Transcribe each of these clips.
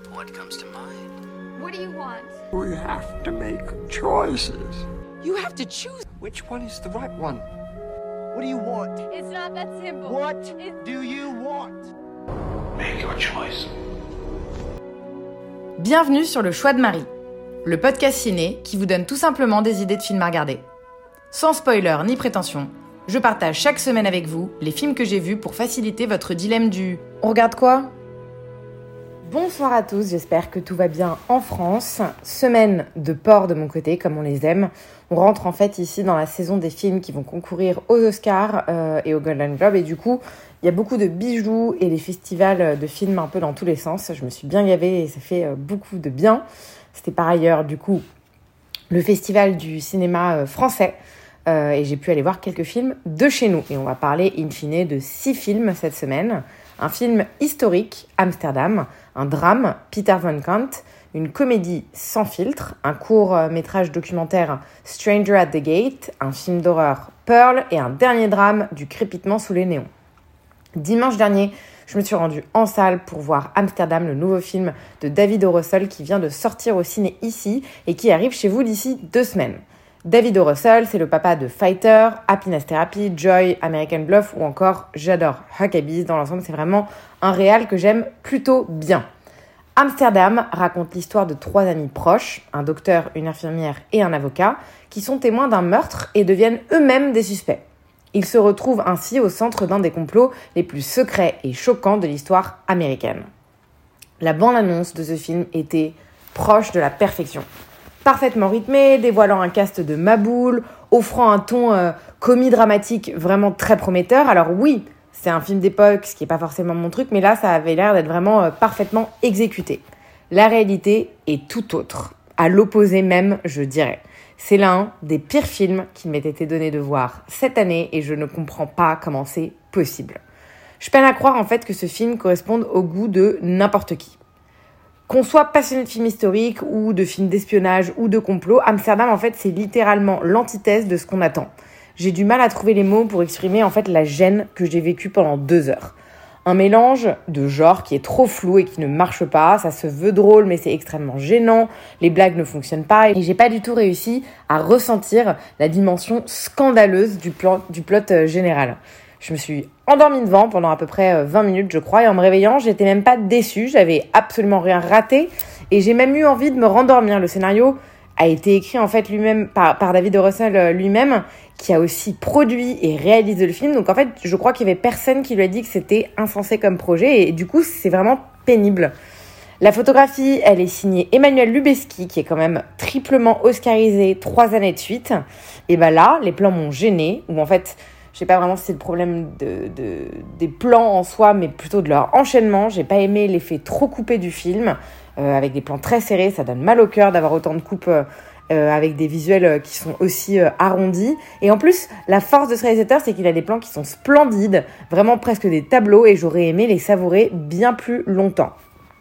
What comes to mind? What do you want? We have to make choices. You have to choose. Which one is the right one? What do you want? It's not that simple. What do you want? Make your choice. Bienvenue sur Le Choix de Marie, le podcast ciné qui vous donne tout simplement des idées de films à regarder. Sans spoiler ni prétention, je partage chaque semaine avec vous les films que j'ai vus pour faciliter votre dilemme du « on regarde quoi ?» Bonsoir à tous, j'espère que tout va bien en France. Semaine de porc de mon côté, comme on les aime. On rentre en fait ici dans la saison des films qui vont concourir aux Oscars et aux Golden Globes. Et du coup, il y a beaucoup de bijoux et des festivals de films un peu dans tous les sens. Je me suis bien gavée et ça fait beaucoup de bien. C'était par ailleurs du coup le festival du cinéma français. Et j'ai pu aller voir quelques films de chez nous. Et on va parler in fine de 6 films cette semaine. Un film historique, Amsterdam, un drame, Peter Van Kant, une comédie sans filtre, un court-métrage documentaire, Stranger at the Gate, un film d'horreur, Pearl, et un dernier drame, du crépitement sous les néons. Dimanche dernier, je me suis rendue en salle pour voir Amsterdam, le nouveau film de David O. Russell qui vient de sortir au ciné ici et qui arrive chez vous d'ici 2 semaines. David O. Russell, c'est le papa de Fighter, Happiness Therapy, Joy, American Bluff ou encore j'adore Huckabees. Dans l'ensemble, c'est vraiment un réal que j'aime plutôt bien. Amsterdam raconte l'histoire de 3 amis proches, un docteur, une infirmière et un avocat, qui sont témoins d'un meurtre et deviennent eux-mêmes des suspects. Ils se retrouvent ainsi au centre d'un des complots les plus secrets et choquants de l'histoire américaine. La bande-annonce de ce film était proche de la perfection. Parfaitement rythmé, dévoilant un cast de maboules, offrant un ton comédie-dramatique vraiment très prometteur. Alors oui, c'est un film d'époque, ce qui n'est pas forcément mon truc, mais là, ça avait l'air d'être vraiment parfaitement exécuté. La réalité est tout autre, à l'opposé même, je dirais. C'est l'un des pires films qu'il m'ait été donné de voir cette année et je ne comprends pas comment c'est possible. Je peine à croire en fait que ce film corresponde au goût de n'importe qui. Qu'on soit passionné de films historiques ou de films d'espionnage ou de complot, Amsterdam, en fait, c'est littéralement l'antithèse de ce qu'on attend. J'ai du mal à trouver les mots pour exprimer, en fait, la gêne que j'ai vécue pendant 2 heures. Un mélange de genre qui est trop flou et qui ne marche pas. Ça se veut drôle, mais c'est extrêmement gênant. Les blagues ne fonctionnent pas. Et j'ai pas du tout réussi à ressentir la dimension scandaleuse du plot général. Je me suis endormie devant pendant à peu près 20 minutes, je crois, et en me réveillant, j'étais même pas déçue, j'avais absolument rien raté, et j'ai même eu envie de me rendormir. Le scénario a été écrit en fait lui-même par David O. Russell lui-même, qui a aussi produit et réalisé le film. Donc en fait, je crois qu'il y avait personne qui lui a dit que c'était insensé comme projet, et du coup, c'est vraiment pénible. La photographie, elle est signée Emmanuel Lubezki, qui est quand même triplement oscarisé 3 années de suite. Et ben là, les plans m'ont gênée, ou en fait, je sais pas vraiment si c'est le problème des plans en soi, mais plutôt de leur enchaînement. J'ai pas aimé l'effet trop coupé du film, avec des plans très serrés. Ça donne mal au cœur d'avoir autant de coupes avec des visuels qui sont aussi arrondis. Et en plus, la force de ce réalisateur, c'est qu'il a des plans qui sont splendides, vraiment presque des tableaux, et j'aurais aimé les savourer bien plus longtemps.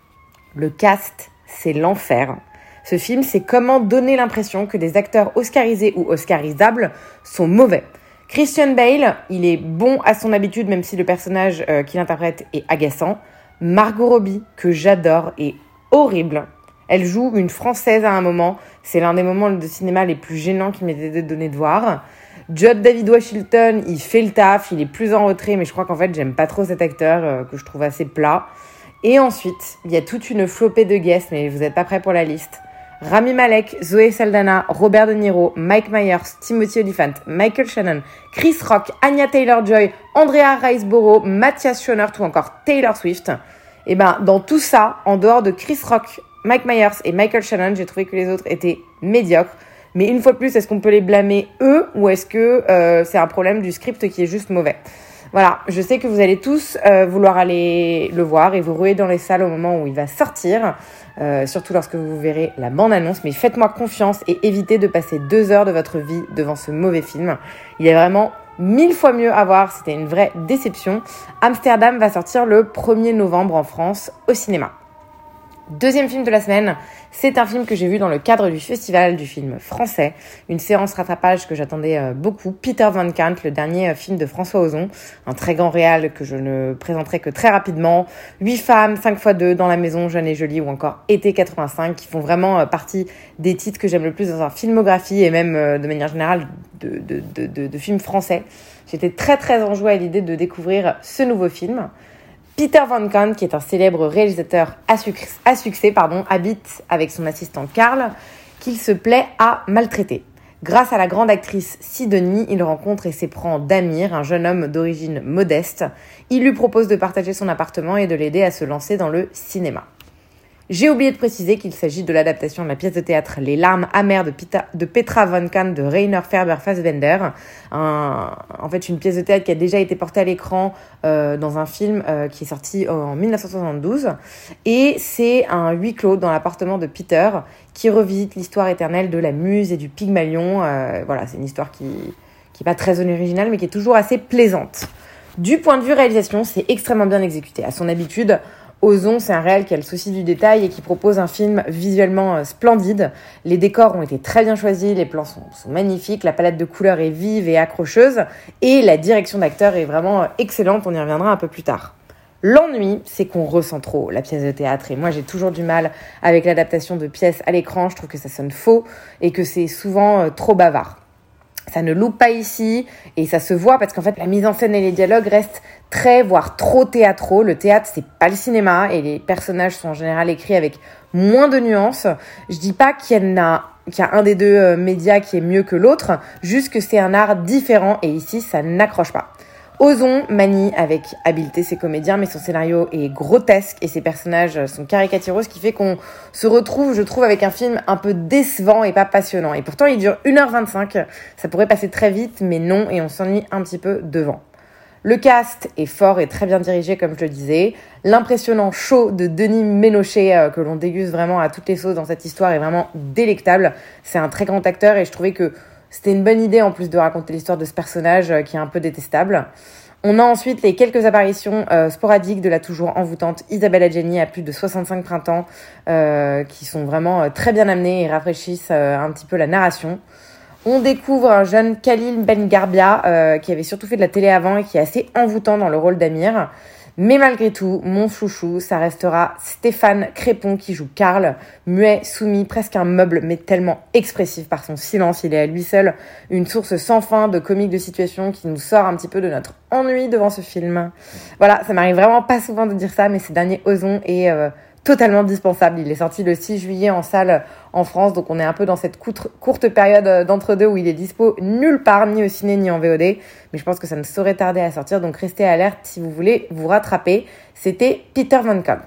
Le cast, c'est l'enfer. Ce film, c'est comment donner l'impression que des acteurs oscarisés ou oscarisables sont mauvais. Christian Bale, il est bon à son habitude, même si le personnage qu'il interprète est agaçant. Margot Robbie, que j'adore, est horrible. Elle joue une Française à un moment. C'est l'un des moments de cinéma les plus gênants qu'il m'ait été donné de voir. David Washington, il fait le taf, il est plus en retrait, mais je crois qu'en fait, j'aime pas trop cet acteur, que je trouve assez plat. Et ensuite, il y a toute une flopée de guests, mais vous n'êtes pas prêts pour la liste. Rami Malek, Zoé Saldana, Robert De Niro, Mike Myers, Timothy Olyphant, Michael Shannon, Chris Rock, Anya Taylor-Joy, Andrea Riseborough, Matthias Schoenaerts ou encore Taylor Swift. Et ben, dans tout ça, en dehors de Chris Rock, Mike Myers et Michael Shannon, j'ai trouvé que les autres étaient médiocres. Mais une fois de plus, est-ce qu'on peut les blâmer eux ou est-ce que c'est un problème du script qui est juste mauvais ? Voilà, je sais que vous allez tous vouloir aller le voir et vous ruer dans les salles au moment où il va sortir, surtout lorsque vous verrez la bande-annonce, mais faites-moi confiance et évitez de passer 2 heures de votre vie devant ce mauvais film. Il est vraiment 1000 fois mieux à voir, c'était une vraie déception. Amsterdam va sortir le 1er novembre en France au cinéma. Deuxième film de la semaine, c'est un film que j'ai vu dans le cadre du festival du film français, une séance rattrapage que j'attendais beaucoup, Peter Van Cant, le dernier film de François Ozon, un très grand réal que je ne présenterai que très rapidement, 8 femmes, 5x2 dans la maison, jeune et jolie ou encore Été 85, qui font vraiment partie des titres que j'aime le plus dans un filmographie et même de manière générale de films français. J'étais très très enjouée à l'idée de découvrir ce nouveau film. Peter Van Cant, qui est un célèbre réalisateur à succès, habite avec son assistant Carl, qu'il se plaît à maltraiter. Grâce à la grande actrice Sidonie, il rencontre et s'éprend d'Amir, un jeune homme d'origine modeste. Il lui propose de partager son appartement et de l'aider à se lancer dans le cinéma. J'ai oublié de préciser qu'il s'agit de l'adaptation de la pièce de théâtre Les larmes amères de Petra Van Cant de Rainer Fassbinder. En fait, une pièce de théâtre qui a déjà été portée à l'écran dans un film qui est sorti en 1972. Et c'est un huis clos dans l'appartement de Peter qui revisite l'histoire éternelle de la muse et du Pygmalion. C'est une histoire qui est pas très originale, mais qui est toujours assez plaisante. Du point de vue réalisation, c'est extrêmement bien exécuté. À son habitude, Ozon, c'est un réal qui a le souci du détail et qui propose un film visuellement splendide. Les décors ont été très bien choisis, les plans sont magnifiques, la palette de couleurs est vive et accrocheuse et la direction d'acteur est vraiment excellente, on y reviendra un peu plus tard. L'ennui, c'est qu'on ressent trop la pièce de théâtre et moi j'ai toujours du mal avec l'adaptation de pièces à l'écran, je trouve que ça sonne faux et que c'est souvent trop bavard. Ça ne loupe pas ici et ça se voit parce qu'en fait la mise en scène et les dialogues restent très, voire trop théâtraux. Le théâtre, c'est pas le cinéma et les personnages sont en général écrits avec moins de nuances. Je dis pas qu'il y a un des deux médias qui est mieux que l'autre, juste que c'est un art différent et ici ça n'accroche pas. Ozon manie avec habileté ses comédiens, mais son scénario est grotesque et ses personnages sont caricaturaux, ce qui fait qu'on se retrouve, je trouve, avec un film un peu décevant et pas passionnant. Et pourtant, il dure 1h25, ça pourrait passer très vite, mais non, et on s'ennuie un petit peu devant. Le cast est fort et très bien dirigé, comme je le disais. L'impressionnant show de Denis Ménochet, que l'on déguste vraiment à toutes les sauces dans cette histoire, est vraiment délectable. C'est un très grand acteur et je trouvais que c'était une bonne idée en plus de raconter l'histoire de ce personnage qui est un peu détestable. On a ensuite les quelques apparitions sporadiques de la toujours envoûtante Isabelle Adjani à plus de 65 printemps qui sont vraiment très bien amenées et rafraîchissent un petit peu la narration. On découvre un jeune Khalil Ben Garbia qui avait surtout fait de la télé avant et qui est assez envoûtant dans le rôle d'Amir. Mais malgré tout, mon chouchou, ça restera Stéphane Crépon qui joue Karl, muet, soumis, presque un meuble, mais tellement expressif par son silence. Il est à lui seul une source sans fin de comique de situation qui nous sort un petit peu de notre ennui devant ce film. Voilà, ça m'arrive vraiment pas souvent de dire ça, mais ce dernier Ozon est totalement dispensable. Il est sorti le 6 juillet en salle en France, donc on est un peu dans cette courte période d'entre-deux où il est dispo nulle part, ni au ciné ni en VOD, mais je pense que ça ne saurait tarder à sortir, donc restez alerte si vous voulez vous rattraper. C'était Peter Van Cant.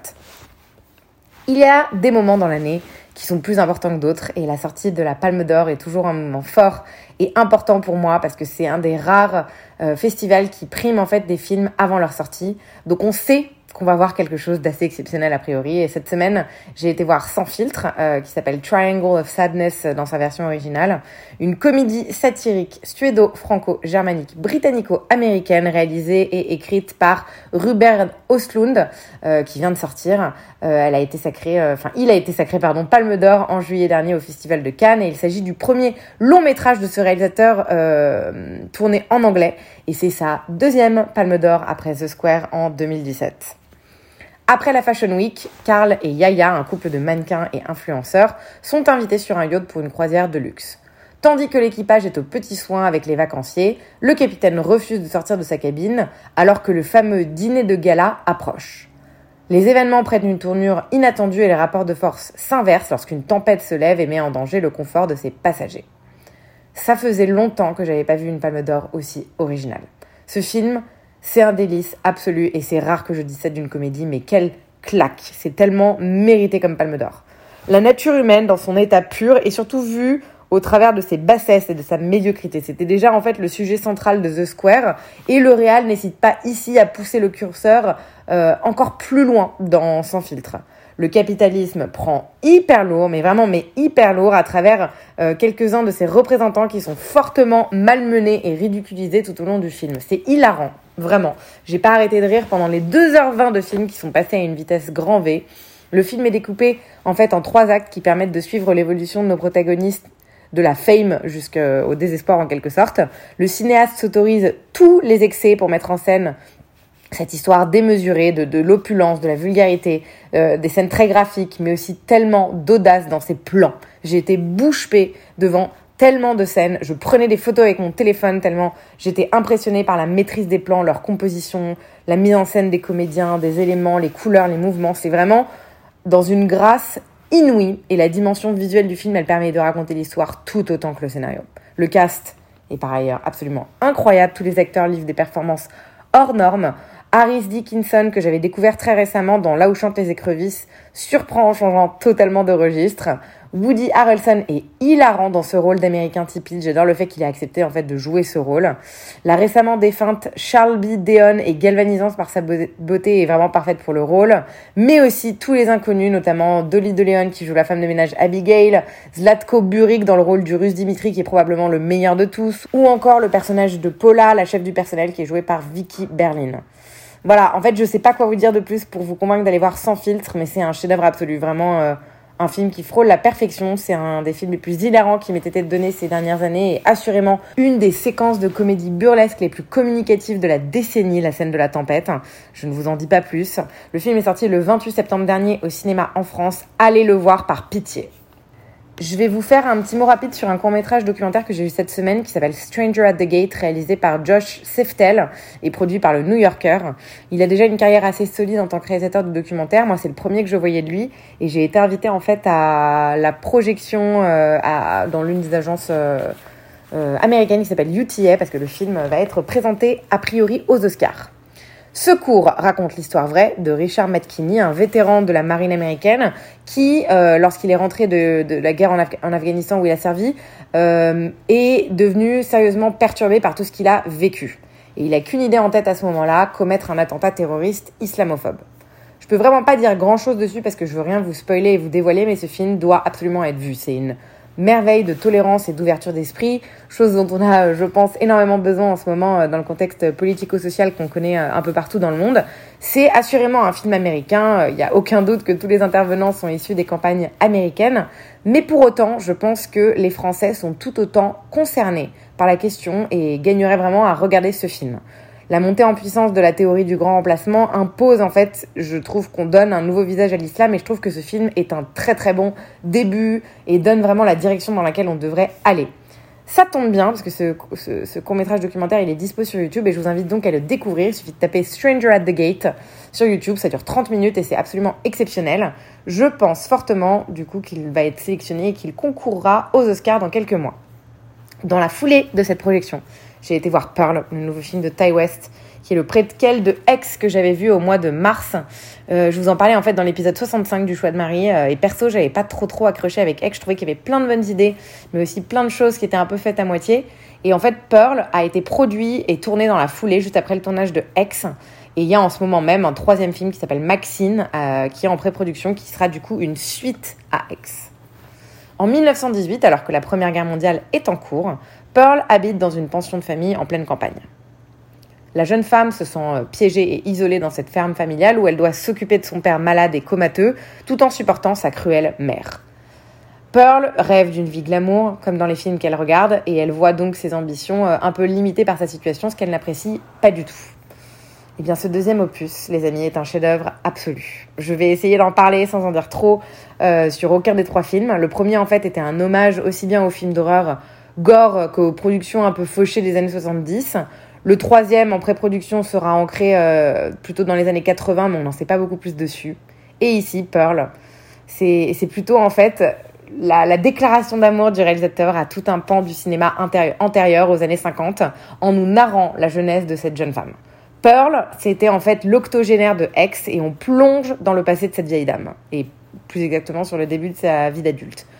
Il y a des moments dans l'année qui sont plus importants que d'autres, et la sortie de la Palme d'Or est toujours un moment fort et important pour moi, parce que c'est un des rares festivals qui prime en fait des films avant leur sortie, donc on sait qu'on va voir quelque chose d'assez exceptionnel a priori. Et cette semaine, j'ai été voir Sans filtre, qui s'appelle Triangle of Sadness dans sa version originale. Une comédie satirique suédo-franco-germanique britannico-américaine réalisée et écrite par Ruben Östlund, qui vient de sortir. Il a été sacré Palme d'Or en juillet dernier au Festival de Cannes. Et il s'agit du premier long métrage de ce réalisateur tourné en anglais. Et c'est sa deuxième Palme d'Or après The Square en 2017. Après la Fashion Week, Carl et Yaya, un couple de mannequins et influenceurs, sont invités sur un yacht pour une croisière de luxe. Tandis que l'équipage est aux petits soins avec les vacanciers, le capitaine refuse de sortir de sa cabine alors que le fameux dîner de gala approche. Les événements prennent une tournure inattendue et les rapports de force s'inversent lorsqu'une tempête se lève et met en danger le confort de ses passagers. Ça faisait longtemps que j'avais pas vu une Palme d'Or aussi originale. Ce film, c'est un délice absolu et c'est rare que je dise ça d'une comédie, mais quelle claque! C'est tellement mérité comme Palme d'Or. La nature humaine dans son état pur et surtout vue au travers de ses bassesses et de sa médiocrité. C'était déjà en fait le sujet central de The Square et le réal n'hésite pas ici à pousser le curseur encore plus loin dans Sans filtre. Le capitalisme prend hyper lourd, mais hyper lourd à travers quelques-uns de ses représentants qui sont fortement malmenés et ridiculisés tout au long du film. C'est hilarant, vraiment. J'ai pas arrêté de rire pendant les 2h20 de film qui sont passés à une vitesse grand V. Le film est découpé en fait en 3 actes qui permettent de suivre l'évolution de nos protagonistes de la fame jusqu'au désespoir en quelque sorte. Le cinéaste s'autorise tous les excès pour mettre en scène cette histoire démesurée de l'opulence, de la vulgarité, des scènes très graphiques, mais aussi tellement d'audace dans ses plans. J'ai été bouche bée devant tellement de scènes. Je prenais des photos avec mon téléphone tellement j'étais impressionnée par la maîtrise des plans, leur composition, la mise en scène des comédiens, des éléments, les couleurs, les mouvements. C'est vraiment dans une grâce inouïe. Et la dimension visuelle du film, elle permet de raconter l'histoire tout autant que le scénario. Le cast est par ailleurs absolument incroyable. Tous les acteurs livrent des performances hors normes. Harris Dickinson, que j'avais découvert très récemment dans Là où chantent les écrevisses, surprend en changeant totalement de registre. Woody Harrelson est hilarant dans ce rôle d'américain typique. J'adore le fait qu'il ait accepté en fait de jouer ce rôle. La récemment défunte Charlize Theron est galvanisante par sa beauté et vraiment parfaite pour le rôle. Mais aussi tous les inconnus, notamment Dolly DeLeon qui joue la femme de ménage Abigail, Zlatko Buric dans le rôle du Russe Dimitri qui est probablement le meilleur de tous, ou encore le personnage de Paula, la chef du personnel qui est jouée par Vicky Berlin. Voilà, en fait, je sais pas quoi vous dire de plus pour vous convaincre d'aller voir Sans filtre, mais c'est un chef-d'œuvre absolu, vraiment un film qui frôle la perfection. C'est un des films les plus hilarants qui m'ait été donné ces dernières années et assurément une des séquences de comédie burlesque les plus communicatives de la décennie, la scène de la tempête. Je ne vous en dis pas plus. Le film est sorti le 28 septembre dernier au cinéma en France. Allez le voir par pitié. Je vais vous faire un petit mot rapide sur un court-métrage documentaire que j'ai vu cette semaine qui s'appelle Stranger at the Gate, réalisé par Josh Seftel et produit par le New Yorker. Il a déjà une carrière assez solide en tant que réalisateur de documentaires. Moi, c'est le premier que je voyais de lui et j'ai été invitée en fait à la projection dans l'une des agences américaines qui s'appelle UTA parce que le film va être présenté a priori aux Oscars. Secours raconte l'histoire vraie de Richard McKinney, un vétéran de la marine américaine qui, lorsqu'il est rentré de la guerre en Afghanistan où il a servi, est devenu sérieusement perturbé par tout ce qu'il a vécu. Et il n'a qu'une idée en tête à ce moment-là, commettre un attentat terroriste islamophobe. Je peux vraiment pas dire grand-chose dessus parce que je veux rien vous spoiler et vous dévoiler, mais ce film doit absolument être vu. C'est une merveille de tolérance et d'ouverture d'esprit, chose dont on a, je pense, énormément besoin en ce moment dans le contexte politico-social qu'on connaît un peu partout dans le monde. C'est assurément un film américain, il n'y a aucun doute que tous les intervenants sont issus des campagnes américaines, mais pour autant, je pense que les Français sont tout autant concernés par la question et gagneraient vraiment à regarder ce film. La montée en puissance de la théorie du grand remplacement impose, en fait, je trouve qu'on donne un nouveau visage à l'islam et je trouve que ce film est un très très bon début et donne vraiment la direction dans laquelle on devrait aller. Ça tombe bien parce que ce court-métrage documentaire, il est dispo sur YouTube et je vous invite donc à le découvrir. Il suffit de taper Stranger at the Gate sur YouTube, ça dure 30 minutes et c'est absolument exceptionnel. Je pense fortement, du coup, qu'il va être sélectionné et qu'il concourra aux Oscars dans quelques mois. Dans la foulée de cette projection, j'ai été voir Pearl, le nouveau film de Ty West, qui est le préquel de X que j'avais vu au mois de mars. Je vous en parlais en fait dans l'épisode 65 du Choix de Marie. Et perso, j'avais pas trop accroché avec X. Je trouvais qu'il y avait plein de bonnes idées, mais aussi plein de choses qui étaient un peu faites à moitié. Et en fait, Pearl a été produit et tourné dans la foulée, juste après le tournage de X. Et il y a en ce moment même un 3e film qui s'appelle Maxine, qui est en pré-production, qui sera du coup une suite à X. En 1918, alors que la Première Guerre mondiale est en cours, Pearl habite dans une pension de famille en pleine campagne. La jeune femme se sent piégée et isolée dans cette ferme familiale où elle doit s'occuper de son père malade et comateux, tout en supportant sa cruelle mère. Pearl rêve d'une vie glamour, comme dans les films qu'elle regarde, et elle voit donc ses ambitions un peu limitées par sa situation, ce qu'elle n'apprécie pas du tout. Eh bien, ce 2e opus, les amis, est un chef-d'œuvre absolu. Je vais essayer d'en parler sans en dire trop sur aucun des 3 films. Le premier, en fait, était un hommage aussi bien aux films d'horreur gore qu'aux productions un peu fauchées des années 70. Le 3e, en pré-production, sera ancré plutôt dans les années 80, mais on n'en sait pas beaucoup plus dessus. Et ici, Pearl, c'est plutôt, en fait, la déclaration d'amour du réalisateur à tout un pan du cinéma antérieur aux années 50, en nous narrant la jeunesse de cette jeune femme. Pearl, c'était en fait l'octogénaire de X et on plonge dans le passé de cette vieille dame, et plus exactement sur le début de sa vie d'adulte.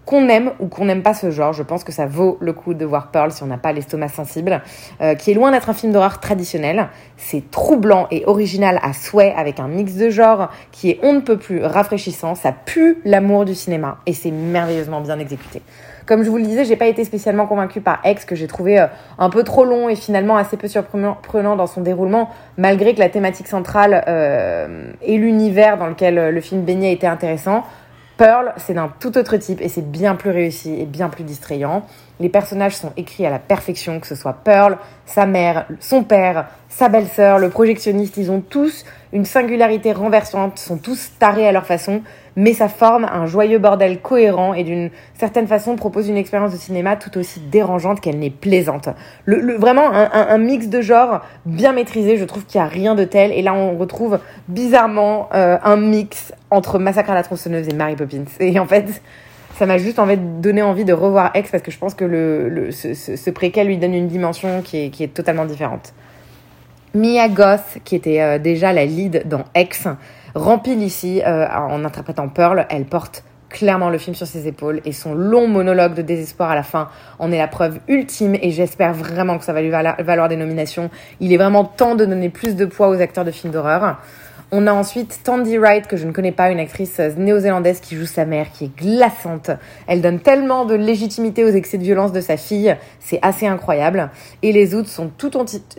qu'on aime ou qu'on n'aime pas ce genre, je pense que ça vaut le coup de voir Pearl si on n'a pas l'estomac sensible, qui est loin d'être un film d'horreur traditionnel. C'est troublant et original à souhait, avec un mix de genres qui est on ne peut plus rafraîchissant. Ça pue l'amour du cinéma et c'est merveilleusement bien exécuté. Comme je vous le disais, j'ai pas été spécialement convaincue par X, que j'ai trouvé un peu trop long et finalement assez peu surprenant dans son déroulement, malgré que la thématique centrale et l'univers dans lequel le film baignait était intéressant. Pearl, c'est d'un tout autre type et c'est bien plus réussi et bien plus distrayant. Les personnages sont écrits à la perfection, que ce soit Pearl, sa mère, son père, sa belle-sœur, le projectionniste, ils ont tous une singularité renversante, sont tous tarés à leur façon, mais ça forme un joyeux bordel cohérent et d'une certaine façon propose une expérience de cinéma tout aussi dérangeante qu'elle n'est plaisante. Vraiment un mix de genres bien maîtrisé, je trouve qu'il n'y a rien de tel, et là on retrouve bizarrement un mix entre Massacre à la tronçonneuse et Mary Poppins. Et en fait, ça m'a juste donné envie de revoir X, parce que je pense que ce préquel lui donne une dimension qui est totalement différente. Mia Goth, qui était déjà la lead dans X, rempile ici en interprétant Pearl. Elle porte clairement le film sur ses épaules et son long monologue de désespoir à la fin en est la preuve ultime, et j'espère vraiment que ça va lui valoir des nominations. Il est vraiment temps de donner plus de poids aux acteurs de films d'horreur. On a ensuite Tandy Wright, que je ne connais pas, une actrice néo-zélandaise qui joue sa mère, qui est glaçante. Elle donne tellement de légitimité aux excès de violence de sa fille, c'est assez incroyable. Et les autres sont tout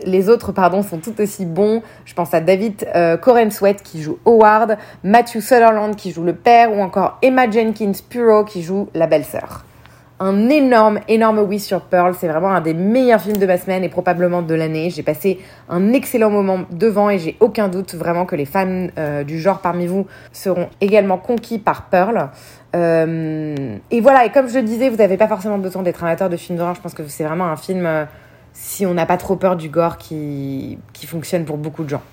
aussi bons. Je pense à David Corenswet qui joue Howard, Matthew Sutherland qui joue le père, ou encore Emma Jenkins Puro qui joue la belle-sœur. Un énorme oui sur Pearl. C'est vraiment un des meilleurs films de ma semaine et probablement de l'année. J'ai passé un excellent moment devant et j'ai aucun doute vraiment que les fans du genre parmi vous seront également conquis par Pearl. Et voilà, et comme je le disais, vous n'avez pas forcément besoin d'être amateur de films d'horreur. Je pense que c'est vraiment un film, si on n'a pas trop peur du gore, qui fonctionne pour beaucoup de gens.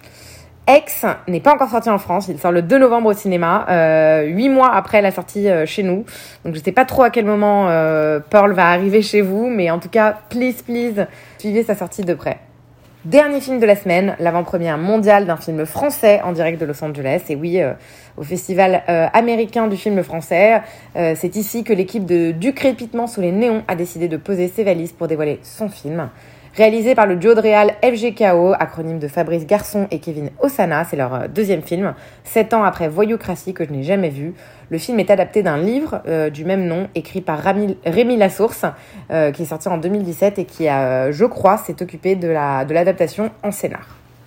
X n'est pas encore sorti en France, il sort le 2 novembre au cinéma, 8 mois après la sortie chez nous. Donc je sais pas trop à quel moment Pearl va arriver chez vous, mais en tout cas, please, suivez sa sortie de près. Dernier film de la semaine, l'avant-première mondiale d'un film français en direct de Los Angeles. Et oui, au festival américain du film français, c'est ici que l'équipe de Du Crépitement sous les néons a décidé de poser ses valises pour dévoiler son film. Réalisé par le duo de réal FGKO, acronyme de Fabrice Garçon et Kevin Ossana, c'est leur deuxième film, 7 ans après Voyoucratie, que je n'ai jamais vu. Le film est adapté d'un livre du même nom, écrit par Rémi Lassource, qui est sorti en 2017 et qui, je crois, s'est occupé de l'adaptation en scénar.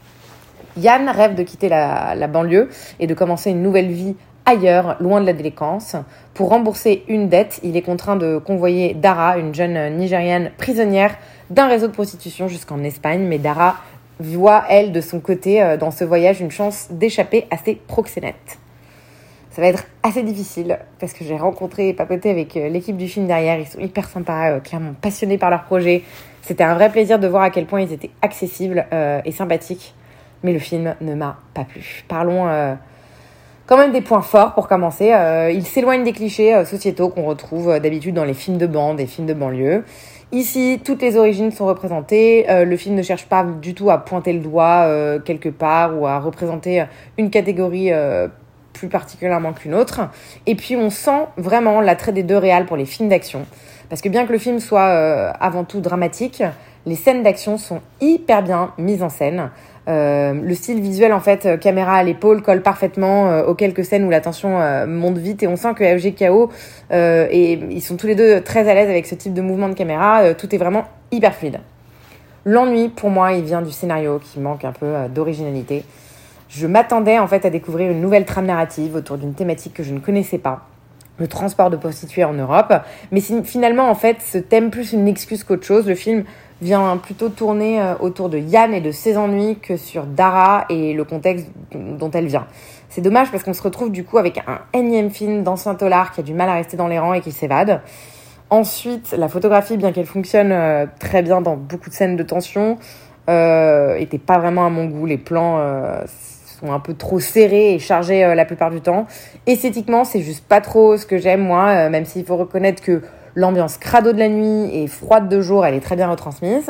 Yann rêve de quitter la banlieue et de commencer une nouvelle vie ailleurs, loin de la délinquance. Pour rembourser une dette, il est contraint de convoyer Dara, une jeune Nigériane prisonnière d'un réseau de prostitution, jusqu'en Espagne. Mais Dara voit, elle, de son côté, dans ce voyage, une chance d'échapper à ses proxénètes. Ça va être assez difficile, parce que j'ai rencontré et papoté avec l'équipe du film derrière. Ils sont hyper sympas, clairement passionnés par leur projet. C'était un vrai plaisir de voir à quel point ils étaient accessibles et sympathiques. Mais le film ne m'a pas plu. Parlons quand même des points forts pour commencer. Il s'éloigne des clichés sociétaux qu'on retrouve d'habitude dans les films de bande et films de banlieue. Ici, toutes les origines sont représentées. Le film ne cherche pas du tout à pointer le doigt quelque part ou à représenter une catégorie plus particulièrement qu'une autre. Et puis, on sent vraiment l'attrait des deux réals pour les films d'action. Parce que bien que le film soit avant tout dramatique, les scènes d'action sont hyper bien mises en scène. Le style visuel, en fait, caméra à l'épaule, colle parfaitement aux quelques scènes où la tension monte vite, et on sent que FGKO et ils sont tous les deux très à l'aise avec ce type de mouvement de caméra. Tout est vraiment hyper fluide. L'ennui, pour moi, il vient du scénario qui manque un peu d'originalité. Je m'attendais en fait à découvrir une nouvelle trame narrative autour d'une thématique que je ne connaissais pas, le transport de prostituées en Europe, mais finalement, en fait, ce thème plus une excuse qu'autre chose. Le film vient plutôt tourner autour de Yann et de ses ennuis que sur Dara et le contexte dont elle vient. C'est dommage parce qu'on se retrouve du coup avec un énième film d'ancien tolard qui a du mal à rester dans les rangs et qui s'évade. Ensuite, la photographie, bien qu'elle fonctionne très bien dans beaucoup de scènes de tension, était pas vraiment à mon goût. Les plans sont un peu trop serrés et chargés la plupart du temps. Esthétiquement, c'est juste pas trop ce que j'aime, moi, même s'il faut reconnaître que l'ambiance crado de la nuit et froide de jour, elle est très bien retransmise.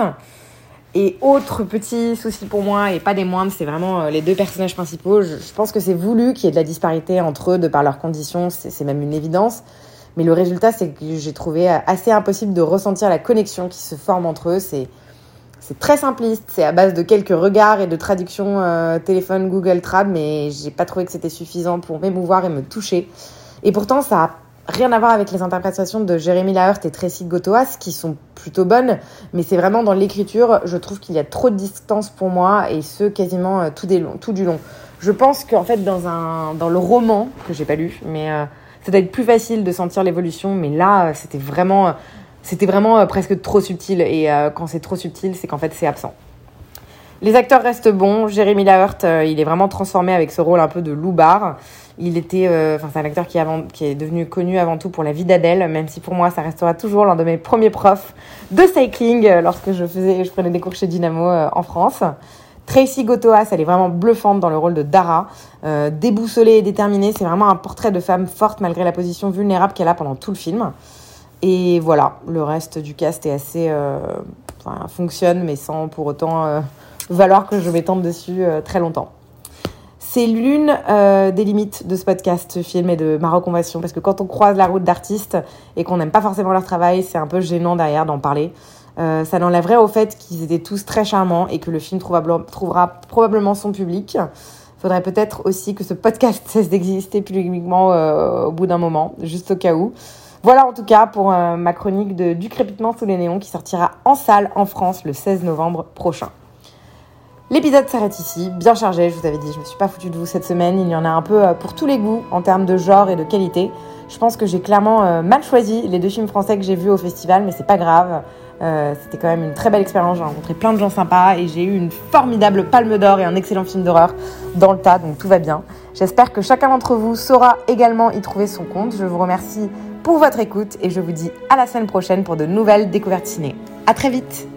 Et autre petit souci pour moi, et pas des moindres, c'est vraiment les deux personnages principaux. Je pense que c'est voulu qu'il y ait de la disparité entre eux de par leurs conditions, c'est même une évidence. Mais le résultat, c'est que j'ai trouvé assez impossible de ressentir la connexion qui se forme entre eux. C'est très simpliste, c'est à base de quelques regards et de traductions téléphone Google Trad, mais j'ai pas trouvé que c'était suffisant pour m'émouvoir et me toucher. Et pourtant, ça a rien à voir avec les interprétations de Jérémy Lahert et Tracy Gotoas, qui sont plutôt bonnes, mais c'est vraiment dans l'écriture, je trouve qu'il y a trop de distance pour moi, et ce, quasiment tout du long. Je pense qu'en fait, dans le roman, que j'ai pas lu, mais ça doit être plus facile de sentir l'évolution, mais là, c'était vraiment presque trop subtil, et quand c'est trop subtil, c'est qu'en fait, c'est absent. Les acteurs restent bons. Jérémy Lahert, il est vraiment transformé avec ce rôle un peu de loupard. C'est un acteur qui est devenu connu avant tout pour La vie d'Adèle, même si pour moi, ça restera toujours l'un de mes premiers profs de cycling lorsque je prenais des cours chez Dynamo en France. Tracy Gotoas, elle est vraiment bluffante dans le rôle de Dara. Déboussolée et déterminée, c'est vraiment un portrait de femme forte malgré la position vulnérable qu'elle a pendant tout le film. Et voilà, le reste du cast est assez... fonctionne, mais sans pour autant valoir que je m'étende dessus très longtemps. C'est l'une des limites de ce podcast, ce film, et de ma reconversion, parce que quand on croise la route d'artistes et qu'on n'aime pas forcément leur travail, c'est un peu gênant derrière d'en parler. Ça n'enlèverait au fait qu'ils étaient tous très charmants et que le film trouvera probablement son public. Il faudrait peut-être aussi que ce podcast cesse d'exister publiquement au bout d'un moment, juste au cas où. Voilà en tout cas pour ma chronique de Du crépitement sous les néons qui sortira en salle en France le 16 novembre prochain. L'épisode s'arrête ici, bien chargé, je vous avais dit, je me suis pas foutue de vous cette semaine, il y en a un peu pour tous les goûts en termes de genre et de qualité. Je pense que j'ai clairement mal choisi les 2 films français que j'ai vus au festival, mais c'est pas grave. C'était quand même une très belle expérience, j'ai rencontré plein de gens sympas et j'ai eu une formidable palme d'or et un excellent film d'horreur dans le tas, donc tout va bien. J'espère que chacun d'entre vous saura également y trouver son compte. Je vous remercie pour votre écoute et je vous dis à la semaine prochaine pour de nouvelles découvertes ciné. À très vite!